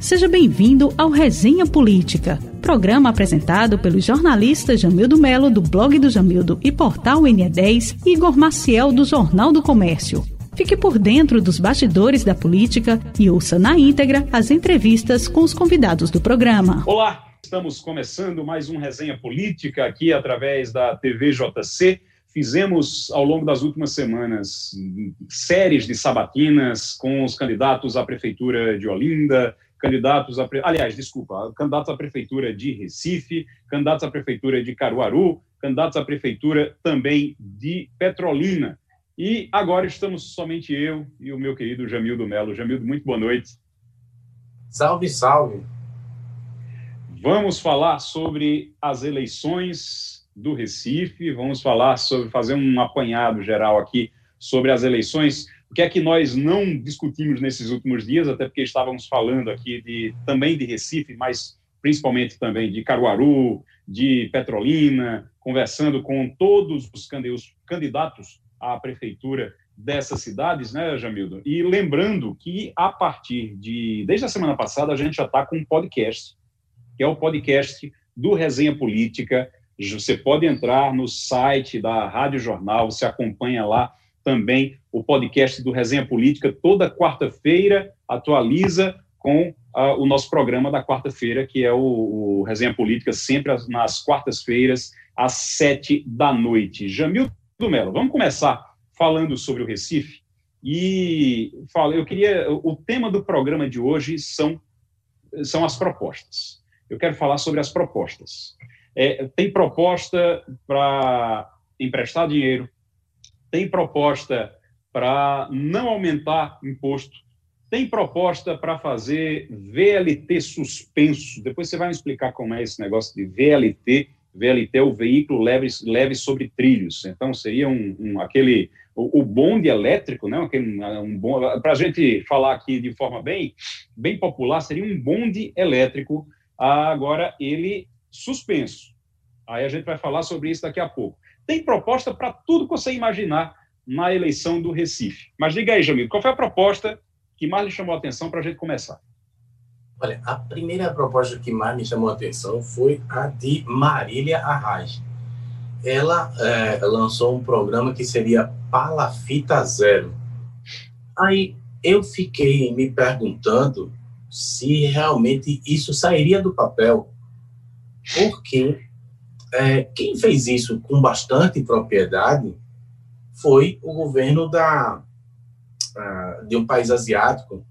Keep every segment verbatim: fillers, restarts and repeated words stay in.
Seja bem-vindo ao Resenha Política, programa apresentado pelos jornalistas Jamildo Melo, do blog do Jamildo e portal N E dez, e Igor Maciel, do Jornal do Comércio. Fique por dentro dos bastidores da política e ouça na íntegra as entrevistas com os convidados do programa. Olá, estamos começando mais um Resenha Política aqui através da T V J C. Fizemos, ao longo das últimas semanas, séries de sabatinas com os candidatos à Prefeitura de Olinda, candidatos a... Aliás, desculpa, candidatos à Prefeitura de Recife, candidatos à Prefeitura de Caruaru, candidatos à Prefeitura também de Petrolina. E agora estamos somente eu e o meu querido Jamildo Melo. Jamildo, muito boa noite. Salve, salve. Vamos falar sobre as eleições do Recife, vamos falar sobre, fazer um apanhado geral aqui sobre as eleições. O que é que nós não discutimos nesses últimos dias, até porque estávamos falando aqui de, também de Recife, mas principalmente também de Caruaru, de Petrolina, conversando com todos os candidatos à prefeitura dessas cidades, né, Jamildo? E lembrando que a partir de, desde a semana passada, a gente já está com um podcast, que é o podcast do Resenha Política. Você pode entrar no site da Rádio Jornal, você acompanha lá também o podcast do Resenha Política. Toda quarta-feira atualiza com uh, o nosso programa da quarta-feira, que é o, o Resenha Política, sempre nas quartas-feiras, às sete da noite. Jamildo Melo, vamos começar falando sobre o Recife. E fala, eu queria, o tema do programa de hoje são, são as propostas. Eu quero falar sobre as propostas. É, tem proposta para emprestar dinheiro, tem proposta para não aumentar imposto, tem proposta para fazer V L T suspenso. Depois você vai me explicar como é esse negócio de V L T. V L T é o veículo leve, leve sobre trilhos. Então, seria um, um, aquele, o, o bonde elétrico, né? Aquele, um para a gente falar aqui de forma bem, bem popular, seria um bonde elétrico. Agora, ele suspenso. Aí a gente vai falar sobre isso daqui a pouco. Tem proposta para tudo que você imaginar na eleição do Recife. Mas diga aí, Jamil, qual foi a proposta que mais lhe chamou a atenção para a gente começar? Olha, a primeira proposta que mais me chamou a atenção foi a de Marília Arraes. Ela é, lançou um programa que seria Palafita Zero. Aí eu fiquei me perguntando se realmente isso sairia do papel, porque é, quem fez isso com bastante propriedade foi o governo da, uh, de um país asiático,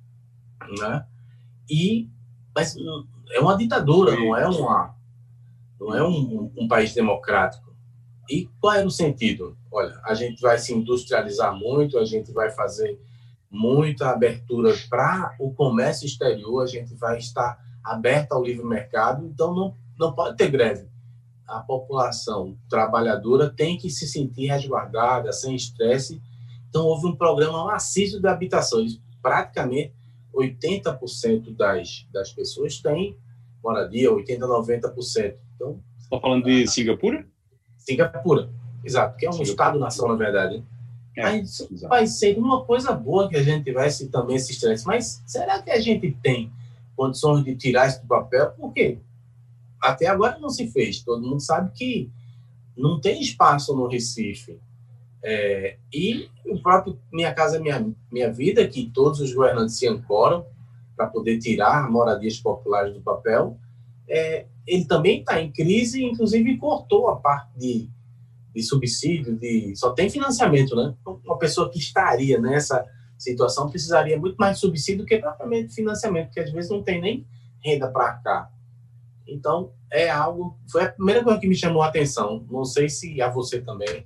né? E, mas é uma ditadura, não é, uma, não é um, um país democrático. E qual era o sentido? Olha, a gente vai se industrializar muito, a gente vai fazer muita abertura para o comércio exterior, a gente vai estar aberto ao livre mercado, então não, não pode ter greve. A população trabalhadora tem que se sentir resguardada, sem estresse. Então, houve um programa maciço de habitação. Eles, praticamente, oitenta por cento das, das pessoas têm moradia, oitenta por cento, noventa por cento. Então, você está falando de Singapura? Singapura, exato, que é um Singapura. Estado-nação, na verdade. É, Mas exato. Vai ser uma coisa boa que a gente tivesse também esse estresse. Mas será que a gente tem condições de tirar isso do papel? Por quê? Até agora não se fez. Todo mundo sabe que não tem espaço no Recife. É, e o próprio Minha Casa Minha, Minha Vida, que todos os governantes se ancoram para poder tirar moradias populares do papel, é, ele também está em crise, inclusive cortou a parte de, de subsídio, de, só tem financiamento, né? Uma pessoa que estaria nessa situação precisaria muito mais de subsídio do que propriamente financiamento, porque às vezes não tem nem renda para cá. Então, é algo... Foi a primeira coisa que me chamou a atenção. Não sei se a você também.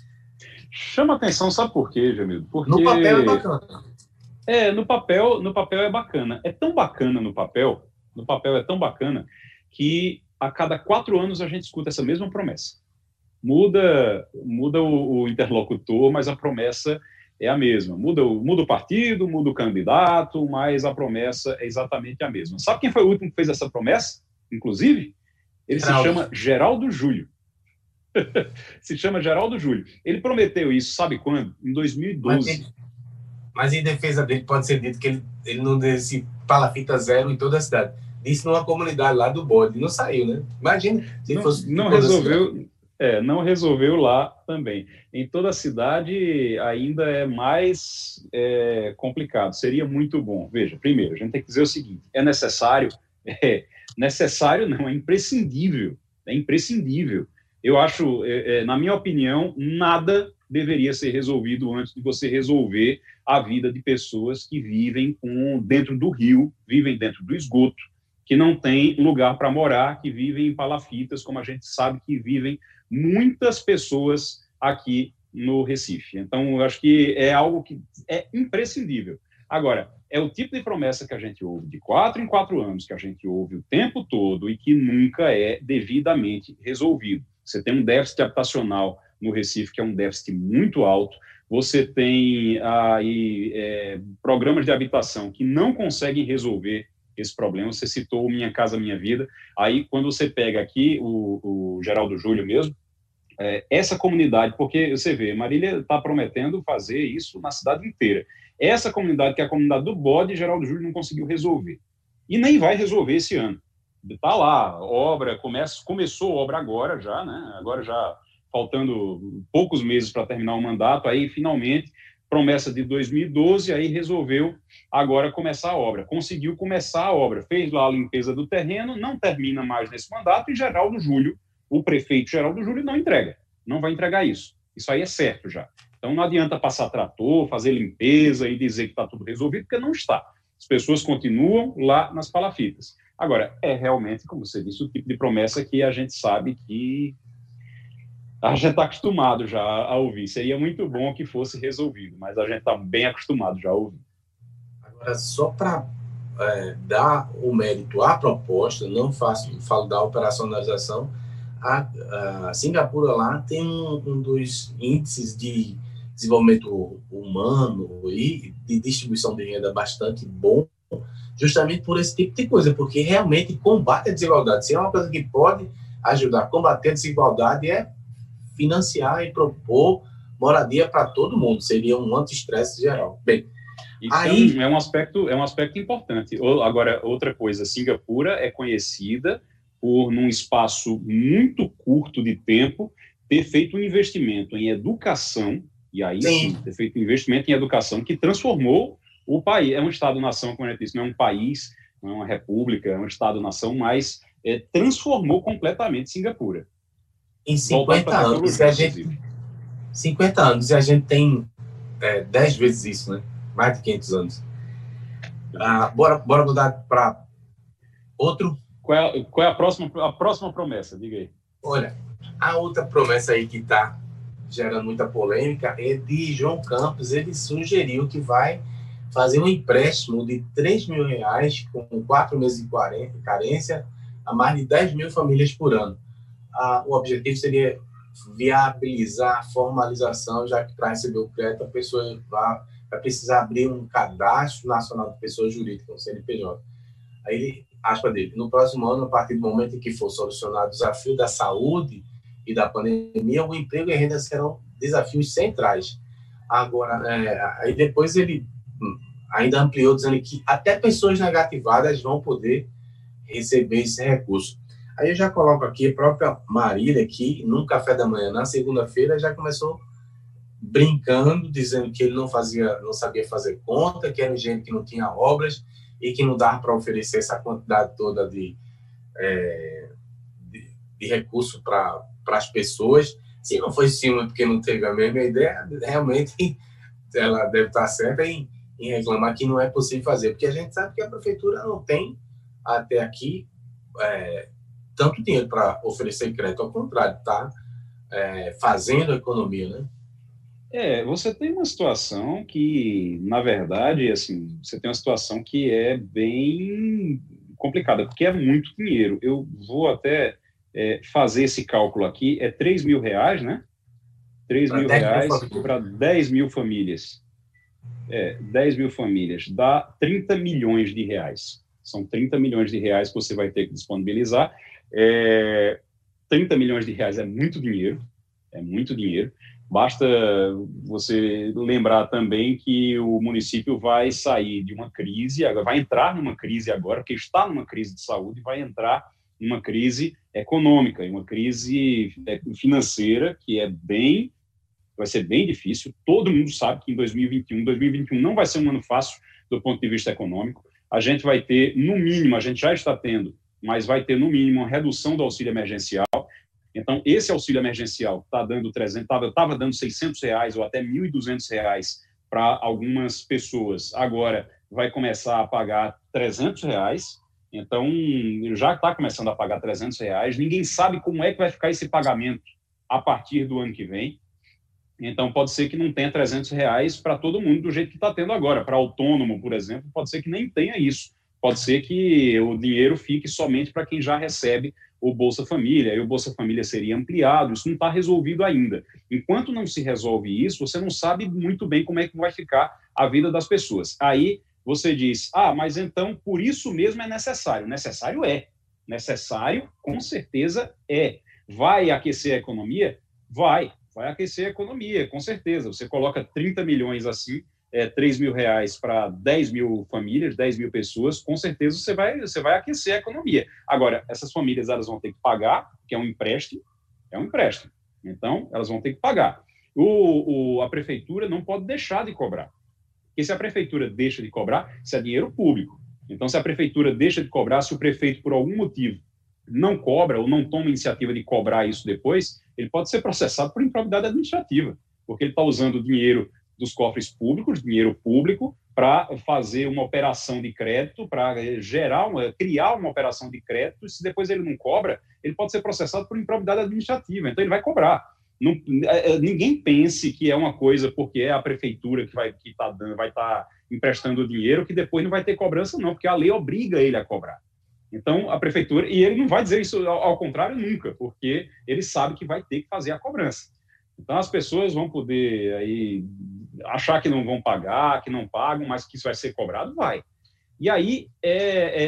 Chama atenção, sabe por quê, Jamildo? Porque... No papel é bacana. É, no papel, no papel é bacana. É tão bacana no papel, no papel é tão bacana, que a cada quatro anos a gente escuta essa mesma promessa. Muda, muda o, o interlocutor, mas a promessa é a mesma. Muda, muda o partido, muda o candidato, mas a promessa é exatamente a mesma. Sabe quem foi o último que fez essa promessa? Inclusive, ele Geraldo. se chama Geraldo Júlio. se chama Geraldo Júlio. Ele prometeu isso, sabe quando? Em dois mil e doze. Mas em defesa dele pode ser dito que ele, ele não disse palafita zero em toda a cidade. Disse numa comunidade lá do Bode, não saiu, né? Imagina se não, fosse... Não resolveu, é, não resolveu lá também. Em toda a cidade ainda é mais é, complicado. Seria muito bom. Veja, primeiro, a gente tem que dizer o seguinte, é necessário, é necessário não, é imprescindível, é imprescindível. Eu acho, é, é, na minha opinião, nada deveria ser resolvido antes de você resolver a vida de pessoas que vivem com, dentro do rio, vivem dentro do esgoto, que não tem lugar para morar, que vivem em palafitas, como a gente sabe que vivem muitas pessoas aqui no Recife. Então, eu acho que é algo que é imprescindível. Agora, é o tipo de promessa que a gente ouve de quatro em quatro anos, que a gente ouve o tempo todo e que nunca é devidamente resolvido. Você tem um déficit habitacional no Recife, que é um déficit muito alto. Você tem aí é, programas de habitação que não conseguem resolver esse problema. Você citou o Minha Casa Minha Vida. Aí, quando você pega aqui o, o Geraldo Júlio mesmo, é, essa comunidade, porque você vê, Marília está prometendo fazer isso na cidade inteira. Essa comunidade, que é a comunidade do Bode, Geraldo Júlio não conseguiu resolver. E nem vai resolver esse ano. Está lá, obra, começa, começou a obra agora já, né? Agora já faltando poucos meses para terminar o mandato, aí finalmente, promessa de dois mil e doze, aí resolveu agora começar a obra. Conseguiu começar a obra, fez lá a limpeza do terreno, não termina mais nesse mandato, e Geraldo Júlio, o prefeito Geraldo Júlio, não entrega, não vai entregar isso. Isso aí é certo já. Então não adianta passar trator, fazer limpeza e dizer que está tudo resolvido, porque não está. As pessoas continuam lá nas palafitas. Agora, é realmente, como você disse, o tipo de promessa que a gente sabe que a gente está acostumado já a ouvir. Seria muito bom que fosse resolvido, mas a gente está bem acostumado já a ouvir. Agora, só para é, dar o mérito à proposta, não faço, falo da operacionalização, a, a Singapura lá tem um, um dos índices de desenvolvimento humano e de distribuição de renda bastante bom, justamente por esse tipo de coisa, porque realmente combate a desigualdade. Se é uma coisa que pode ajudar a combater a desigualdade, é financiar e propor moradia para todo mundo. Seria um anti-estresse geral. Bem, isso aí... é um aspecto, é um aspecto importante. Agora, outra coisa, Singapura é conhecida por, num espaço muito curto de tempo, ter feito um investimento em educação, e aí sim, sim ter feito um investimento em educação que transformou o país. É um Estado-nação, como eu disse, não é um país, não é uma república, é um Estado-nação, mas é, transformou completamente Singapura. Em cinquenta anos, a gente, cinquenta anos, e a gente tem é, dez vezes isso, né? Mais de quinhentos anos. Ah, bora, bora mudar para outro. Qual é, qual é a, próxima, a próxima promessa? Diga aí. Olha, a outra promessa aí que está gerando muita polêmica é de João Campos. Ele sugeriu que vai fazer um empréstimo de três mil reais com quatro meses de carência a mais de dez mil famílias por ano. Ah, o objetivo seria viabilizar a formalização, já que para receber o crédito a pessoa vai, vai precisar abrir um cadastro nacional de pessoa jurídica, um C N P J. Aí ele, aspa dele, no próximo ano, a partir do momento em que for solucionado o desafio da saúde e da pandemia, o emprego e a renda serão desafios centrais. Agora, é, aí depois ele ainda ampliou, dizendo que até pessoas negativadas vão poder receber esse recurso. Aí eu já coloco aqui a própria Marília, que num café da manhã, na segunda-feira, já começou brincando, dizendo que ele não, fazia, não sabia fazer conta, que era um engenheiro que não tinha obras e que não dava para oferecer essa quantidade toda de, é, de, de recurso para as pessoas. Se não foi ciúme porque não teve a mesma ideia, realmente ela deve estar certa em, em reclamar que não é possível fazer, porque a gente sabe que a prefeitura não tem, até aqui, é, tanto dinheiro para oferecer crédito, ao contrário, está é, fazendo a economia, né? É, você tem uma situação que, na verdade, assim, você tem uma situação que é bem complicada, porque é muito dinheiro. Eu vou até é, fazer esse cálculo aqui, é três mil reais, né? três mil reais para dez mil famílias. É, dez mil famílias, dá trinta milhões de reais. São trinta milhões de reais que você vai ter que disponibilizar. É, trinta milhões de reais é muito dinheiro, é muito dinheiro. Basta você lembrar também que o município vai sair de uma crise, vai entrar numa crise agora, porque está numa crise de saúde, vai entrar numa crise econômica, uma crise financeira que é bem, vai ser bem difícil. Todo mundo sabe que em dois mil e vinte e um, dois mil e vinte e um não vai ser um ano fácil do ponto de vista econômico. A gente vai ter, no mínimo, a gente já está tendo, mas vai ter, no mínimo, uma redução do auxílio emergencial. Então, esse auxílio emergencial está dando trezentos, estava estava dando seiscentos reais ou até mil e duzentos reais para algumas pessoas. Agora, vai começar a pagar trezentos reais. Então, já está começando a pagar trezentos reais. Ninguém sabe como é que vai ficar esse pagamento a partir do ano que vem. Então, pode ser que não tenha trezentos reais para todo mundo do jeito que está tendo agora. Para autônomo, por exemplo, pode ser que nem tenha isso. Pode ser que o dinheiro fique somente para quem já recebe o Bolsa Família, e o Bolsa Família seria ampliado. Isso não está resolvido ainda. Enquanto não se resolve isso, você não sabe muito bem como é que vai ficar a vida das pessoas. Aí você diz, ah, mas então por isso mesmo é necessário. Necessário é. Necessário, com certeza é. Vai aquecer a economia? Vai. Vai aquecer a economia, com certeza. Você coloca trinta milhões assim, é, três mil reais para dez mil famílias, dez mil pessoas, com certeza você vai, você vai aquecer a economia. Agora, essas famílias elas vão ter que pagar, que é um empréstimo, é um empréstimo. Então, elas vão ter que pagar. O, o, a prefeitura não pode deixar de cobrar. Porque se a prefeitura deixa de cobrar, isso é dinheiro público. Então, se a prefeitura deixa de cobrar, se o prefeito, por algum motivo, não cobra ou não toma iniciativa de cobrar isso depois, ele pode ser processado por improbidade administrativa, porque ele está usando o dinheiro dos cofres públicos, dinheiro público, para fazer uma operação de crédito, para gerar, uma, criar uma operação de crédito, e se depois ele não cobra, ele pode ser processado por improbidade administrativa, então ele vai cobrar. Não, ninguém pense que é uma coisa porque é a prefeitura que vai que tá dando, vai estar tá emprestando o dinheiro, que depois não vai ter cobrança, não, porque a lei obriga ele a cobrar. Então, a prefeitura, e ele não vai dizer isso ao, ao contrário nunca, porque ele sabe que vai ter que fazer a cobrança. Então, as pessoas vão poder aí achar que não vão pagar, que não pagam, mas que isso vai ser cobrado, vai. E aí, é,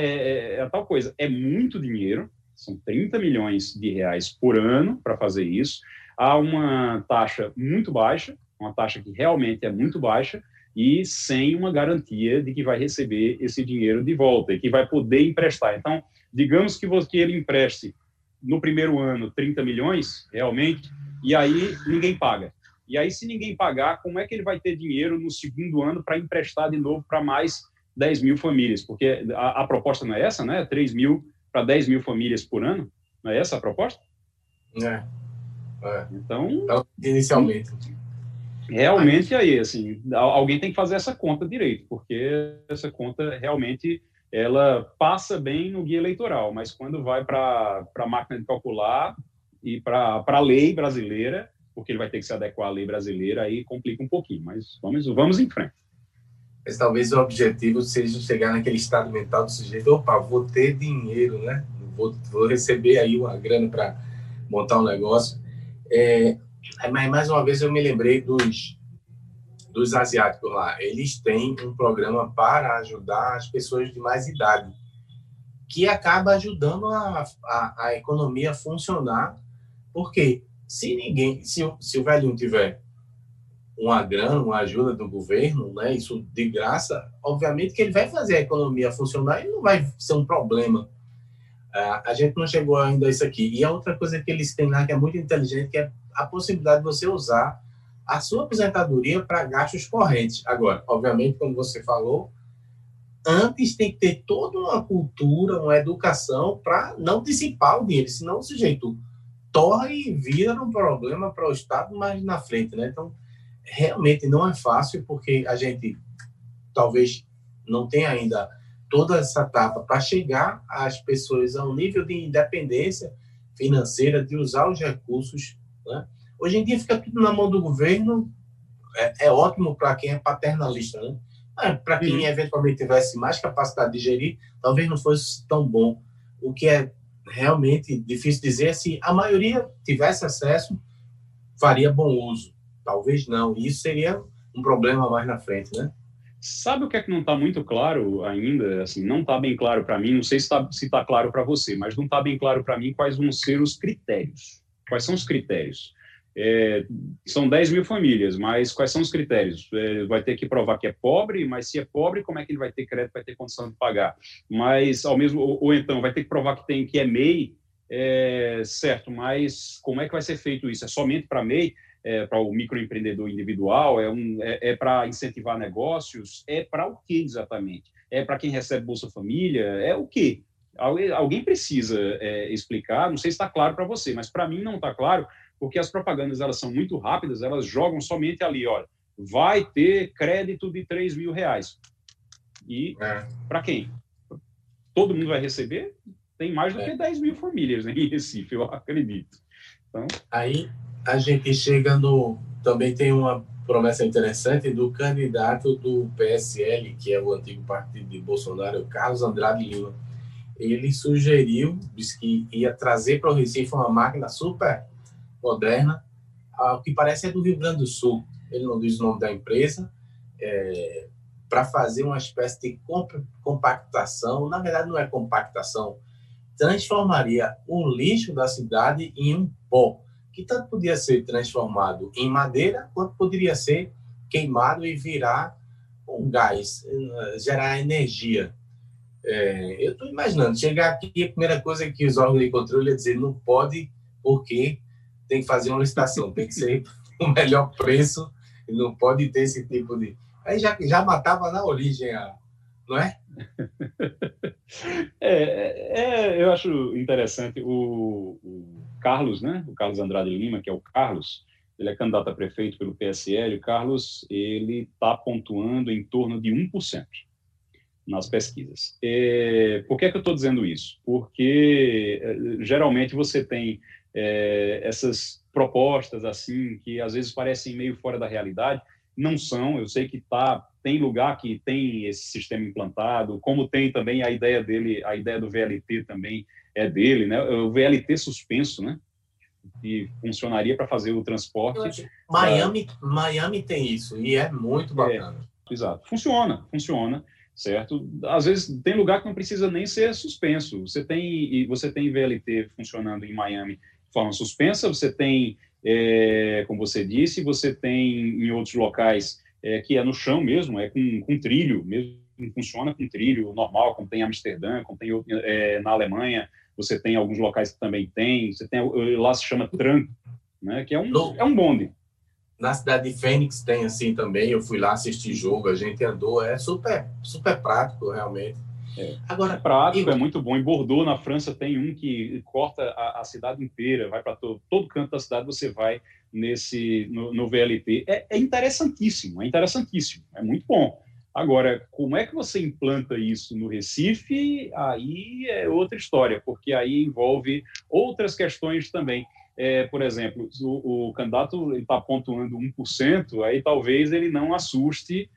é, é a tal coisa, é muito dinheiro, são trinta milhões de reais por ano para fazer isso, há uma taxa muito baixa, uma taxa que realmente é muito baixa, e sem uma garantia de que vai receber esse dinheiro de volta e que vai poder emprestar. Então, digamos que, você, que ele empreste no primeiro ano trinta milhões, realmente, e aí ninguém paga. E aí, se ninguém pagar, como é que ele vai ter dinheiro no segundo ano para emprestar de novo para mais dez mil famílias? Porque a, a proposta não é essa, né? três mil para dez mil famílias por ano? Não é essa a proposta? É. é. Então, então, inicialmente... Realmente aí, assim, alguém tem que fazer essa conta direito, porque essa conta realmente ela passa bem no guia eleitoral, mas quando vai para a máquina de calcular e para a lei brasileira, porque ele vai ter que se adequar à lei brasileira, aí complica um pouquinho, mas vamos, vamos em frente. Mas talvez o objetivo seja chegar naquele estado mental do sujeito, opa, vou ter dinheiro, né? Vou, vou receber aí uma grana para montar um negócio. É, mas, mais uma vez, eu me lembrei dos, dos asiáticos lá. Eles têm um programa para ajudar as pessoas de mais idade, que acaba ajudando a, a, a economia a funcionar, porque se ninguém, se, se o velhinho tiver uma grana, uma ajuda do governo, né, isso de graça, obviamente que ele vai fazer a economia funcionar e não vai ser um problema. Uh, a gente não chegou ainda a isso aqui. E a outra coisa que eles têm lá, que é muito inteligente, que é a possibilidade de você usar a sua aposentadoria para gastos correntes. Agora, obviamente, como você falou, antes tem que ter toda uma cultura, uma educação para não dissipar o dinheiro, senão o sujeito torra e vira um problema para o Estado mais na frente, né? Então, realmente não é fácil, porque a gente talvez não tenha ainda toda essa etapa para chegar às pessoas a um nível de independência financeira, de usar os recursos, né? Hoje em dia fica tudo na mão do governo, é, é ótimo para quem é paternalista, né? Para quem eventualmente tivesse mais capacidade de gerir, talvez não fosse tão bom. O que é realmente difícil dizer é se a maioria tivesse acesso, faria bom uso. Talvez não. E isso seria um problema mais na frente, né? Sabe o que é que não está muito claro ainda? Assim, não está bem claro para mim, não sei se está se tá claro para você, mas não está bem claro para mim quais vão ser os critérios. Quais são os critérios? É, são dez mil famílias, mas quais são os critérios? É, vai ter que provar que é pobre, mas se é pobre, como é que ele vai ter crédito, vai ter condição de pagar? Mas, ao mesmo, ou, ou então, vai ter que provar que, tem, que é M E I, é, certo, mas como é que vai ser feito isso? É somente para M E I? É para o microempreendedor individual? É, um, é, é para incentivar negócios? É para o que exatamente? É para quem recebe Bolsa Família? É o quê? Alguém precisa é, explicar, não sei se está claro para você, mas para mim não está claro, porque as propagandas elas são muito rápidas, elas jogam somente ali, olha, vai ter crédito de três mil reais. E é. Para quem? Todo mundo vai receber? Tem mais do é. que dez mil famílias, né, em Recife, eu acredito. Então... Aí a gente chega no... Também tem uma promessa interessante do candidato do P S L, que é o antigo partido de Bolsonaro, Carlos Andrade Lima. Ele sugeriu, disse que ia trazer para o Recife uma máquina super moderna, o que parece é do Rio Grande do Sul, ele não diz o nome da empresa, é, para fazer uma espécie de comp compactação, na verdade não é compactação, transformaria o lixo da cidade em um pó, que tanto podia ser transformado em madeira, quanto poderia ser queimado e virar um gás, gerar energia. É, eu estou imaginando, chegar aqui, a primeira coisa que os órgãos de controle é dizer, não pode, porque tem que fazer uma licitação, tem que ser o melhor preço, e não pode ter esse tipo de... Aí já, já matava na origem, a... não é? é? É, eu acho interessante o, o Carlos, né? O Carlos Andrade Lima, que é o Carlos, ele é candidato a prefeito pelo P S L, o Carlos, ele está pontuando em torno de um por cento. Nas pesquisas. É, por que é que eu estou dizendo isso? Porque é, geralmente você tem é, essas propostas assim que às vezes parecem meio fora da realidade, não são. Eu sei que tá, tem lugar que tem esse sistema implantado, como tem também a ideia dele, a ideia do V L T também é dele, né? O V L T suspenso, né? Que funcionaria para fazer o transporte. Miami, pra... Miami tem isso e é muito bacana. É, exato. Funciona, funciona. Certo? Às vezes tem lugar que não precisa nem ser suspenso. Você tem, você tem V L T funcionando em Miami de forma suspensa, você tem, é, como você disse, você tem em outros locais é, que é no chão mesmo, é com, com trilho, mesmo funciona com trilho normal, como tem em Amsterdã, como tem é, na Alemanha, você tem alguns locais que também tem, você tem, lá se chama tram, né, que é um, é um bonde. Na cidade de Fênix tem assim também, eu fui lá assistir jogo, a gente andou, é super, super prático realmente. É, Agora, é prático, e... é muito bom. Em Bordeaux, na França, tem um que corta a, a cidade inteira, vai para todo, todo canto da cidade, você vai nesse, no, no V L T. É, é interessantíssimo, é interessantíssimo, é muito bom. Agora, como é que você implanta isso no Recife? Aí é outra história, porque aí envolve outras questões também. É, por exemplo, o, o candidato está pontuando um por cento, aí talvez ele não assuste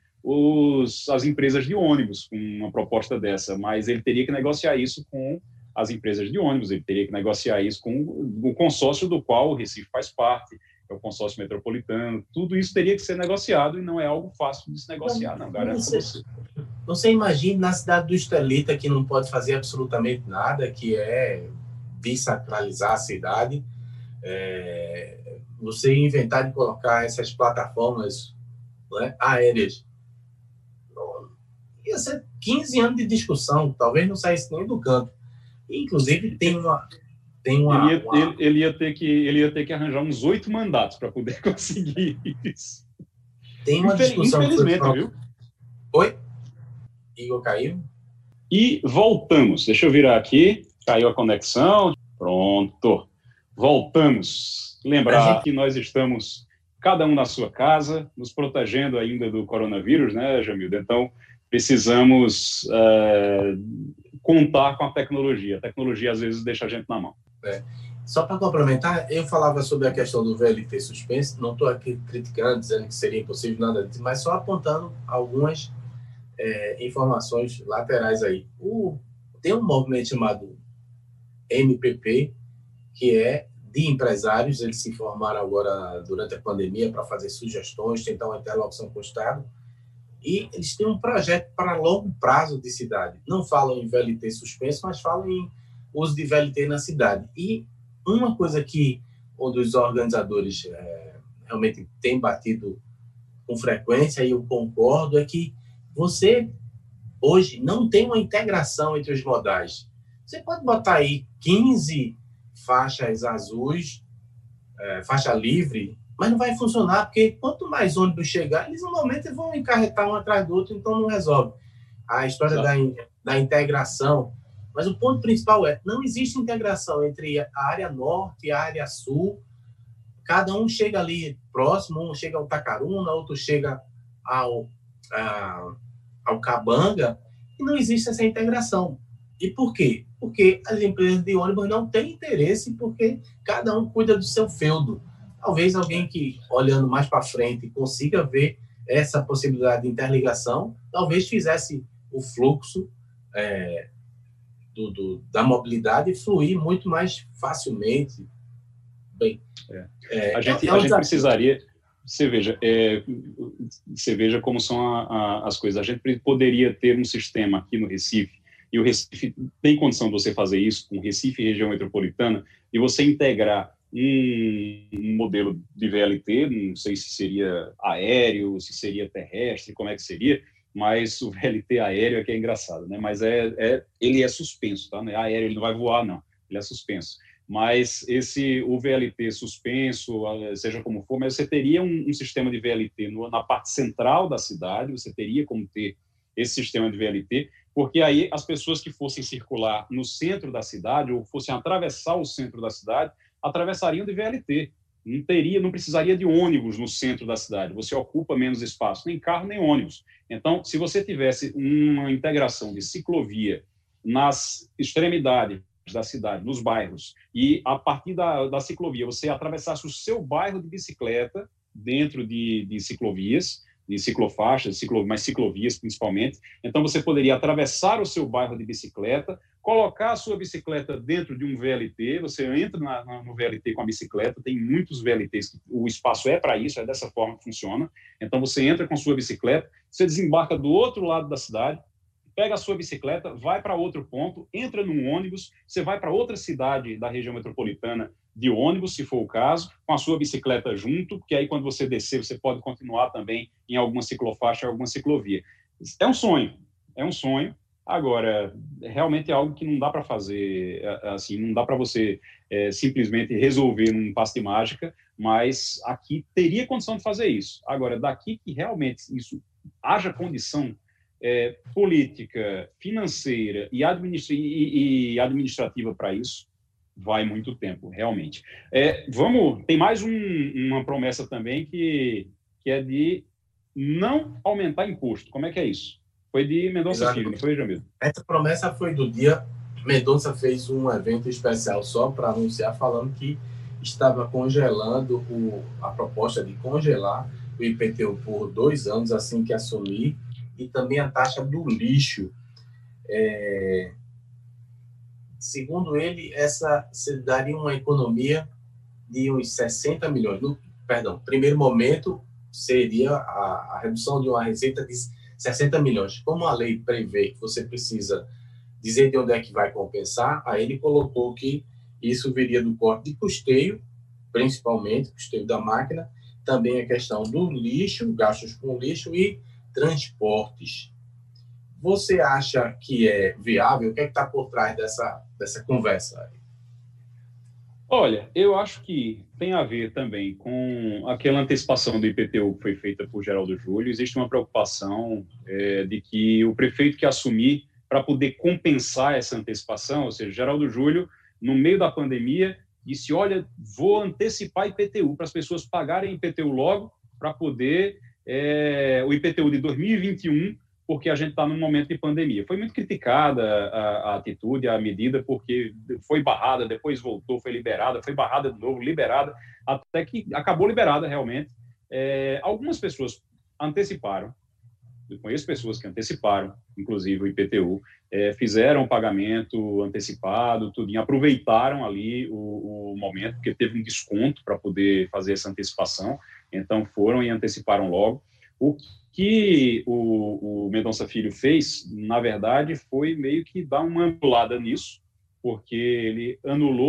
os, as empresas de ônibus com uma proposta dessa, mas ele teria que negociar isso com as empresas de ônibus, ele teria que negociar isso com o consórcio do qual o Recife faz parte, é o consórcio metropolitano, tudo isso teria que ser negociado e não é algo fácil de se negociar, não, garanto você, você. Você imagina na cidade do Estelita, que não pode fazer absolutamente nada, que é desacralizar a cidade, É, você inventar de colocar essas plataformas, né, aéreas, ia ser quinze anos de discussão, talvez não saísse nem do canto. Inclusive tem uma, tem uma, ele, ia, uma... Ele, ele ia ter que ele ia ter que arranjar uns oito mandatos para poder conseguir isso. Tem uma Infel, discussão. Infelizmente, foi... viu? Oi, Igor caiu. E voltamos. Deixa eu virar aqui. Caiu a conexão. Pronto. Voltamos. Lembrar gente... que nós estamos, cada um na sua casa, nos protegendo ainda do coronavírus, né, Jamildo? Então, precisamos uh, contar com a tecnologia. A tecnologia, às vezes, deixa a gente na mão. É. Só para complementar, eu falava sobre a questão do V L T suspenso, não estou aqui criticando, dizendo que seria impossível, nada disso, mas só apontando algumas é, informações laterais aí. O, tem um movimento chamado M P P, que é de empresários, eles se formaram agora durante a pandemia para fazer sugestões, tentar uma interlocução com o Estado, e eles têm um projeto para longo prazo de cidade. Não falam em V L T suspenso, mas falam em uso de V L T na cidade. E uma coisa que onde os organizadores é, realmente têm batido com frequência, e eu concordo, é que você hoje não tem uma integração entre os modais. Você pode botar aí quinze faixas azuis, é, faixa livre, mas não vai funcionar, porque quanto mais ônibus chegar, eles normalmente vão encarretar um atrás do outro, então não resolve. A história da, da integração. Mas o ponto principal é, não existe integração entre a área norte e a área sul. Cada um chega ali próximo, um chega ao Tacaruna, outro chega ao, a, ao Cabanga, e não existe essa integração. E por quê? Porque as empresas de ônibus não têm interesse, porque cada um cuida do seu feudo. Talvez alguém que, olhando mais para frente, consiga ver essa possibilidade de interligação, talvez fizesse o fluxo é, do, do, da mobilidade fluir muito mais facilmente. Bem, é. É, a gente, é um a gente precisaria... Você veja, é, você veja como são a, a, as coisas. A gente poderia ter um sistema aqui no Recife, e o Recife tem condição de você fazer isso com Recife e região metropolitana, e você integrar um, um modelo de V L T, não sei se seria aéreo, se seria terrestre, como é que seria, mas o V L T aéreo é que é engraçado, né? Mas é, é, ele é suspenso, tá? Não é aéreo, ele não vai voar, não, ele é suspenso. Mas esse, o V L T suspenso, seja como for, mas você teria um, um sistema de V L T no, na parte central da cidade, você teria como ter esse sistema de V L T, porque aí as pessoas que fossem circular no centro da cidade ou fossem atravessar o centro da cidade, atravessariam de V L T. Não teria, não precisaria de ônibus no centro da cidade. Você ocupa menos espaço, nem carro, nem ônibus. Então, se você tivesse uma integração de ciclovia nas extremidades da cidade, nos bairros, e a partir da, da ciclovia você atravessasse o seu bairro de bicicleta dentro de, de ciclovias, de ciclofaixas, ciclo, mas ciclovias principalmente, então você poderia atravessar o seu bairro de bicicleta, colocar a sua bicicleta dentro de um V L T, você entra na, na, no V L T com a bicicleta, tem muitos V L Ts, o espaço é para isso, é dessa forma que funciona, então você entra com a sua bicicleta, você desembarca do outro lado da cidade, pega a sua bicicleta, vai para outro ponto, entra num ônibus, você vai para outra cidade da região metropolitana de ônibus, se for o caso, com a sua bicicleta junto, porque aí quando você descer, você pode continuar também em alguma ciclofaixa, alguma ciclovia. É um sonho, é um sonho. Agora, realmente é algo que não dá para fazer, assim, não dá para você é, simplesmente resolver num passe de mágica, mas aqui teria condição de fazer isso. Agora, daqui que realmente isso haja condição É, política, financeira e, administra e, e administrativa para isso, vai muito tempo, realmente. É, vamos, tem mais um, uma promessa também que, que é de não aumentar imposto. Como é que é isso? Foi de Mendonça Exato. Filho, não foi, Jamil? Essa promessa foi do dia... Mendonça fez um evento especial só para anunciar, falando que estava congelando o, a proposta de congelar o I P T U por dois anos, assim que assumir, e também a taxa do lixo. É, segundo ele, essa daria uma economia de uns sessenta milhões. No, perdão, primeiro momento seria a, a redução de uma receita de sessenta milhões. Como a lei prevê que você precisa dizer de onde é que vai compensar, aí ele colocou que isso viria do corte de custeio, principalmente, custeio da máquina, também a questão do lixo, gastos com lixo e transportes. Você acha que é viável? O que é que está por trás dessa, dessa conversa? Olha, eu acho que tem a ver também com aquela antecipação do I P T U que foi feita por Geraldo Júlio. Existe uma preocupação é, de que o prefeito que assumir para poder compensar essa antecipação, ou seja, Geraldo Júlio, no meio da pandemia, disse, olha, vou antecipar I P T U para as pessoas pagarem I P T U logo para poder... É, o I P T U de dois mil e vinte e um, porque a gente está num momento de pandemia. Foi muito criticada a, a atitude, a medida, porque foi barrada, depois voltou, foi liberada, foi barrada de novo, liberada, até que acabou liberada realmente. É, algumas pessoas anteciparam, eu conheço pessoas que anteciparam, inclusive o I P T U, é, fizeram o pagamento antecipado, tudinho, aproveitaram ali o, o momento, porque teve um desconto para poder fazer essa antecipação, então foram e anteciparam logo. O que o, o Mendonça Filho fez, na verdade, foi meio que dar uma anulada nisso, porque ele anulou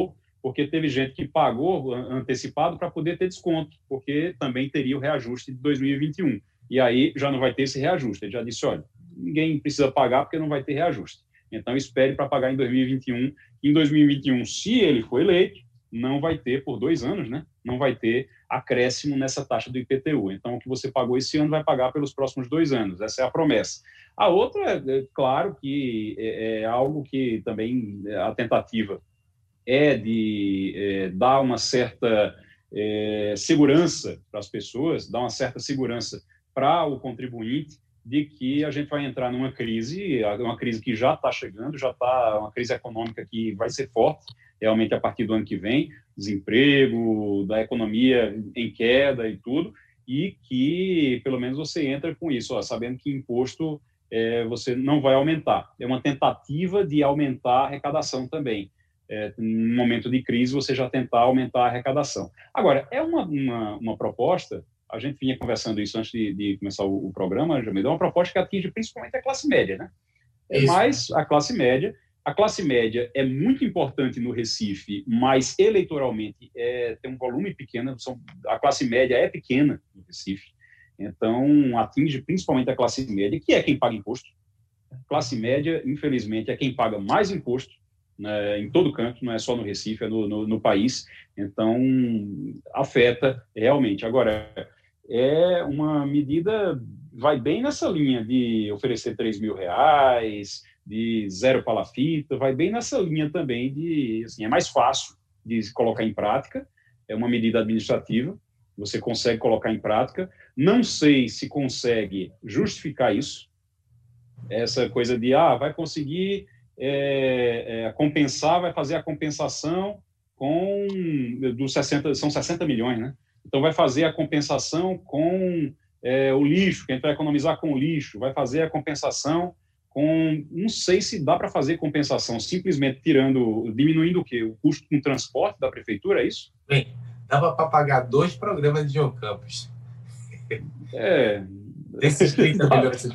porque teve gente que pagou antecipado para poder ter desconto, porque também teria o reajuste de dois mil e vinte e um. E aí já não vai ter esse reajuste. Ele já disse, olha, ninguém precisa pagar porque não vai ter reajuste. Então, espere para pagar em dois mil e vinte e um. Em dois mil e vinte e um, se ele for eleito, não vai ter, por dois anos, né? Não vai ter acréscimo nessa taxa do I P T U. Então, o que você pagou esse ano vai pagar pelos próximos dois anos. Essa é a promessa. A outra, é claro que é, é algo que também a tentativa é de é, dar uma certa é, segurança para as pessoas, dar uma certa segurança para o contribuinte, de que a gente vai entrar numa crise, uma crise que já está chegando, já está uma crise econômica que vai ser forte, realmente a partir do ano que vem, desemprego, da economia em queda e tudo, e que pelo menos você entra com isso, ó, sabendo que imposto é, você não vai aumentar. É uma tentativa de aumentar a arrecadação também. É, no momento de crise, você já tentar aumentar a arrecadação. Agora, é uma, uma, uma proposta, a gente vinha conversando isso antes de, de começar o, o programa, Jamil, é uma proposta que atinge principalmente a classe média, né? É mais a classe média. A classe média é muito importante no Recife, mas eleitoralmente é, tem um volume pequeno, são, a classe média é pequena no Recife, então atinge principalmente a classe média, que é quem paga imposto. A classe média, infelizmente, é quem paga mais imposto, né, em todo canto, não é só no Recife, é no, no, no país, então afeta realmente. Agora, é uma medida, vai bem nessa linha de oferecer três mil reais, de zero palafita, vai bem nessa linha também de, assim, é mais fácil de colocar em prática, é uma medida administrativa, você consegue colocar em prática, não sei se consegue justificar isso, essa coisa de, ah, vai conseguir é, é, compensar, vai fazer a compensação com, dos sessenta, são sessenta milhões, né? Então, vai fazer a compensação com é, o lixo, que a gente vai economizar com o lixo, vai fazer a compensação com... Não sei se dá para fazer compensação simplesmente tirando, diminuindo o quê? O custo com transporte da prefeitura, é isso? Bem, dava para pagar dois programas de João Campos. É... Desses trinta milhões.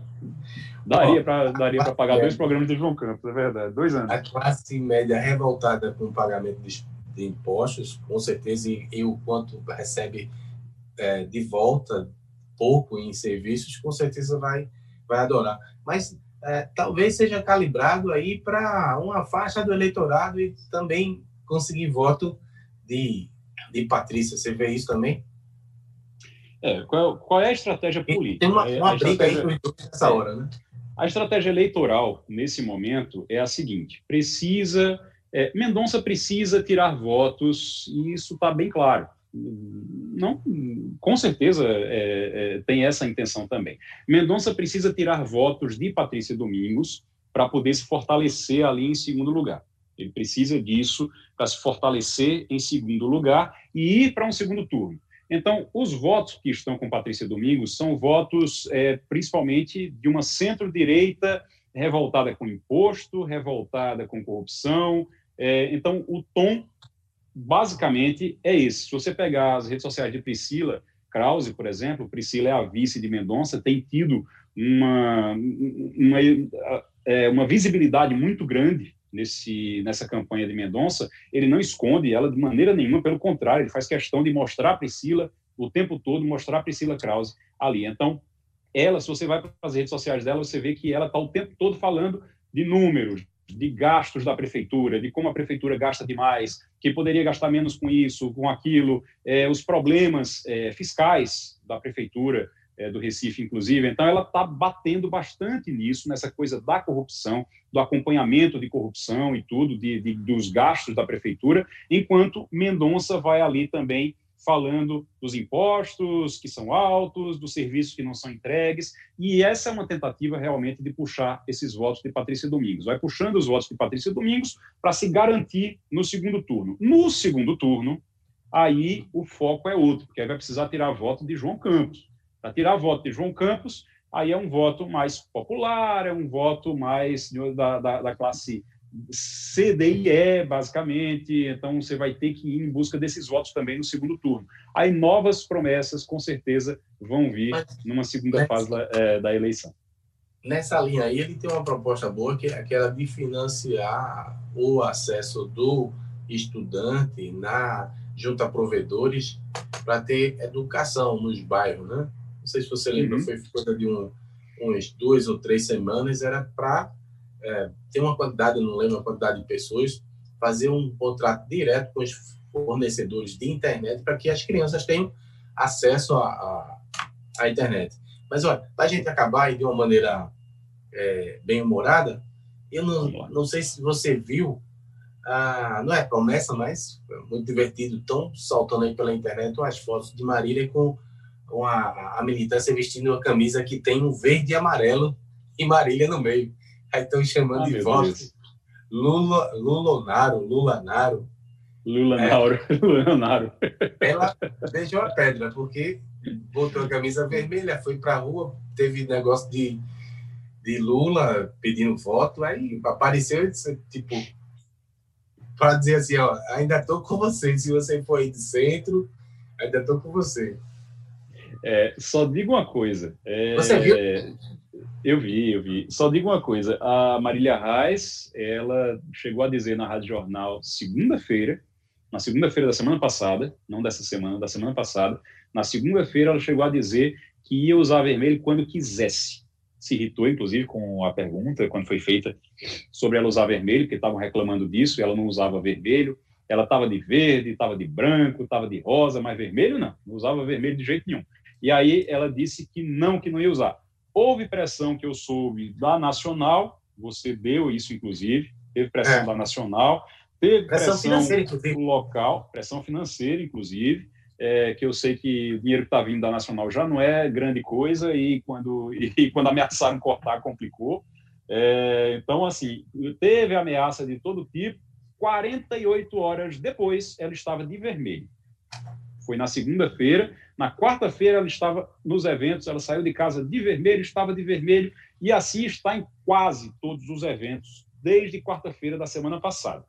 Daria para daria para pagar dois programas de João Campos, é verdade, dois anos. A classe média revoltada com o pagamento de, de impostos, com certeza, e, e o quanto recebe é, de volta pouco em serviços, com certeza vai, vai adorar. Mas é, talvez seja calibrado aí para uma faixa do eleitorado e também conseguir voto de, de Patrícia. Você vê isso também? É, qual, qual é a estratégia política? Tem uma, uma a briga estratégia... aí nessa é. hora, né? A estratégia eleitoral, nesse momento, é a seguinte, precisa, é, Mendonça precisa tirar votos, e isso está bem claro. Não, com certeza é, é, tem essa intenção também. Mendonça precisa tirar votos de Patrícia Domingos para poder se fortalecer ali em segundo lugar. Ele precisa disso para se fortalecer em segundo lugar e ir para um segundo turno. Então, os votos que estão com Patrícia Domingos são votos, é, principalmente, de uma centro-direita revoltada com imposto, revoltada com corrupção. É, então, o tom, basicamente, é esse. Se você pegar as redes sociais de Priscila Krause, por exemplo, Priscila é a vice de Mendonça, tem tido uma, uma, é, uma visibilidade muito grande Nesse, nessa campanha de Mendonça. Ele não esconde ela de maneira nenhuma, pelo contrário, ele faz questão de mostrar a Priscila o tempo todo, mostrar a Priscila Krause ali. Então, ela, se você vai para as redes sociais dela, você vê que ela está o tempo todo falando de números, de gastos da prefeitura, de como a prefeitura gasta demais, que poderia gastar menos com isso, com aquilo, é, os problemas é, fiscais da prefeitura, É, do Recife, inclusive. Então, ela está batendo bastante nisso, nessa coisa da corrupção, do acompanhamento de corrupção e tudo, de, de, dos gastos da prefeitura, enquanto Mendonça vai ali também falando dos impostos que são altos, dos serviços que não são entregues, e essa é uma tentativa realmente de puxar esses votos de Patrícia Domingos. Vai puxando os votos de Patrícia Domingos para se garantir no segundo turno. No segundo turno, aí o foco é outro, porque aí vai precisar tirar voto de João Campos. Para tirar voto de João Campos, aí é um voto mais popular, é um voto mais da, da, da classe C D I E, basicamente, então você vai ter que ir em busca desses votos também no segundo turno. Aí novas promessas, com certeza, vão vir Mas, numa segunda nessa, fase da, é, da eleição. Nessa linha aí, ele tem uma proposta boa, que é aquela de financiar o acesso do estudante, na, junto a provedores, para ter educação nos bairros, né? Não sei se você lembra, uhum. foi coisa de um, umas duas ou três semanas, era para é, ter uma quantidade, não lembro a quantidade de pessoas, fazer um contrato direto com os fornecedores de internet para que as crianças tenham acesso à, à internet. Mas, olha, para a gente acabar de uma maneira é, bem-humorada, eu não, não sei se você viu, ah, não é promessa, mas é muito divertido, estão soltando aí pela internet as fotos de Marília com uma, a militância vestindo uma camisa que tem um verde e amarelo e Marília no meio. Aí estão chamando ah, de votos Lula, Lulonaro, Lulanaro. Lulanaro, é, Lulanaro. Ela beijou a pedra, porque botou a camisa vermelha, foi para a rua, teve negócio de, de Lula pedindo voto, aí apareceu tipo, para dizer assim, ó, ainda estou com você, se você for aí do centro, ainda estou com você. É, só digo uma coisa. É, você viu? Eu vi, eu vi. Só digo uma coisa, a Marília Reis, ela chegou a dizer na Rádio Jornal segunda-feira, na segunda-feira da semana passada, não dessa semana, da semana passada, na segunda-feira ela chegou a dizer que ia usar vermelho quando quisesse. Se irritou, inclusive, com a pergunta, quando foi feita sobre ela usar vermelho, porque estavam reclamando disso, e ela não usava vermelho, ela estava de verde, estava de branco, estava de rosa, mas vermelho não, não usava vermelho de jeito nenhum. E aí ela disse que não, que não ia usar. Houve pressão que eu soube da Nacional, você deu isso, inclusive, teve pressão é. da Nacional, teve pressão, pressão local, pressão financeira, inclusive, é, que eu sei que o dinheiro que está vindo da Nacional já não é grande coisa e quando, e quando ameaçaram cortar, complicou. É, então, assim, teve ameaça de todo tipo. quarenta e oito horas depois, ela estava de vermelho. Foi na segunda-feira. Na quarta-feira, ela estava nos eventos, ela saiu de casa de vermelho, estava de vermelho, e assim está em quase todos os eventos, desde quarta-feira da semana passada.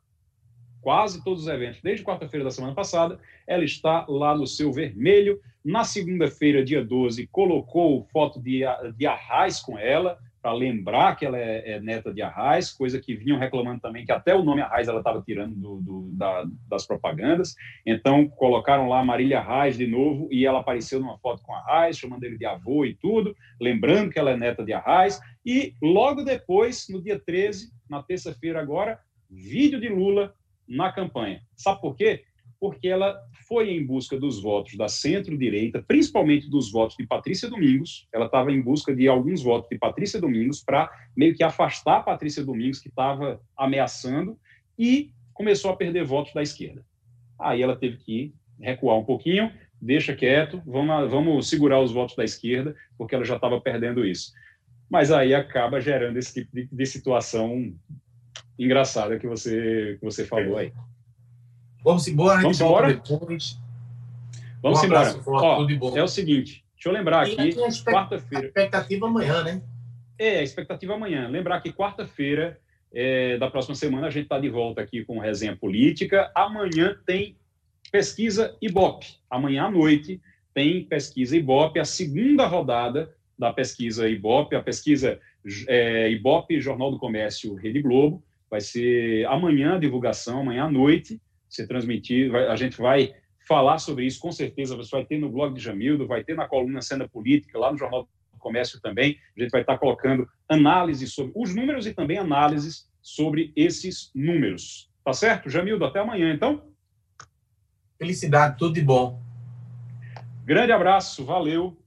Quase todos os eventos, desde quarta-feira da semana passada, ela está lá no seu vermelho. Na segunda-feira, dia doze, colocou foto de, de Arraes com ela, para lembrar que ela é, é neta de Arraes, coisa que vinham reclamando também, que até o nome Arraes ela estava tirando do, do, da, das propagandas. Então, colocaram lá Marília Arraes de novo, e ela apareceu numa foto com Arraes, chamando ele de avô e tudo, lembrando que ela é neta de Arraes. E logo depois, no dia treze, na terça-feira agora, vídeo de Lula na campanha. Sabe por quê? Porque ela foi em busca dos votos da centro-direita, principalmente dos votos de Patrícia Domingos. Ela estava em busca de alguns votos de Patrícia Domingos para meio que afastar a Patrícia Domingos, que estava ameaçando, e começou a perder votos da esquerda. Aí ela teve que recuar um pouquinho, deixa quieto, vamos, vamos segurar os votos da esquerda, porque ela já estava perdendo isso. Mas aí acaba gerando esse tipo de, de situação engraçada que você, que você falou aí. Vamos embora, Vamos embora? Depois. Vamos um embora. Abraço, Ó, tudo de bom. É o seguinte, deixa eu lembrar aqui, quarta-feira... A expectativa amanhã, né? É, a expectativa amanhã. Lembrar que quarta-feira é, da próxima semana a gente está de volta aqui com Resenha Política. Amanhã tem pesquisa Ibope. Amanhã à noite tem pesquisa Ibope, a segunda rodada da pesquisa Ibope, a pesquisa é, Ibope, Jornal do Comércio, Rede Globo. Vai ser amanhã a divulgação, amanhã à noite, ser transmitido, a gente vai falar sobre isso, com certeza, você vai ter no blog de Jamildo, vai ter na coluna Cena Política, lá no Jornal do Comércio também, a gente vai estar colocando análises sobre os números e também análises sobre esses números. Tá certo? Jamildo, até amanhã, então? Felicidade, tudo de bom. Grande abraço, valeu.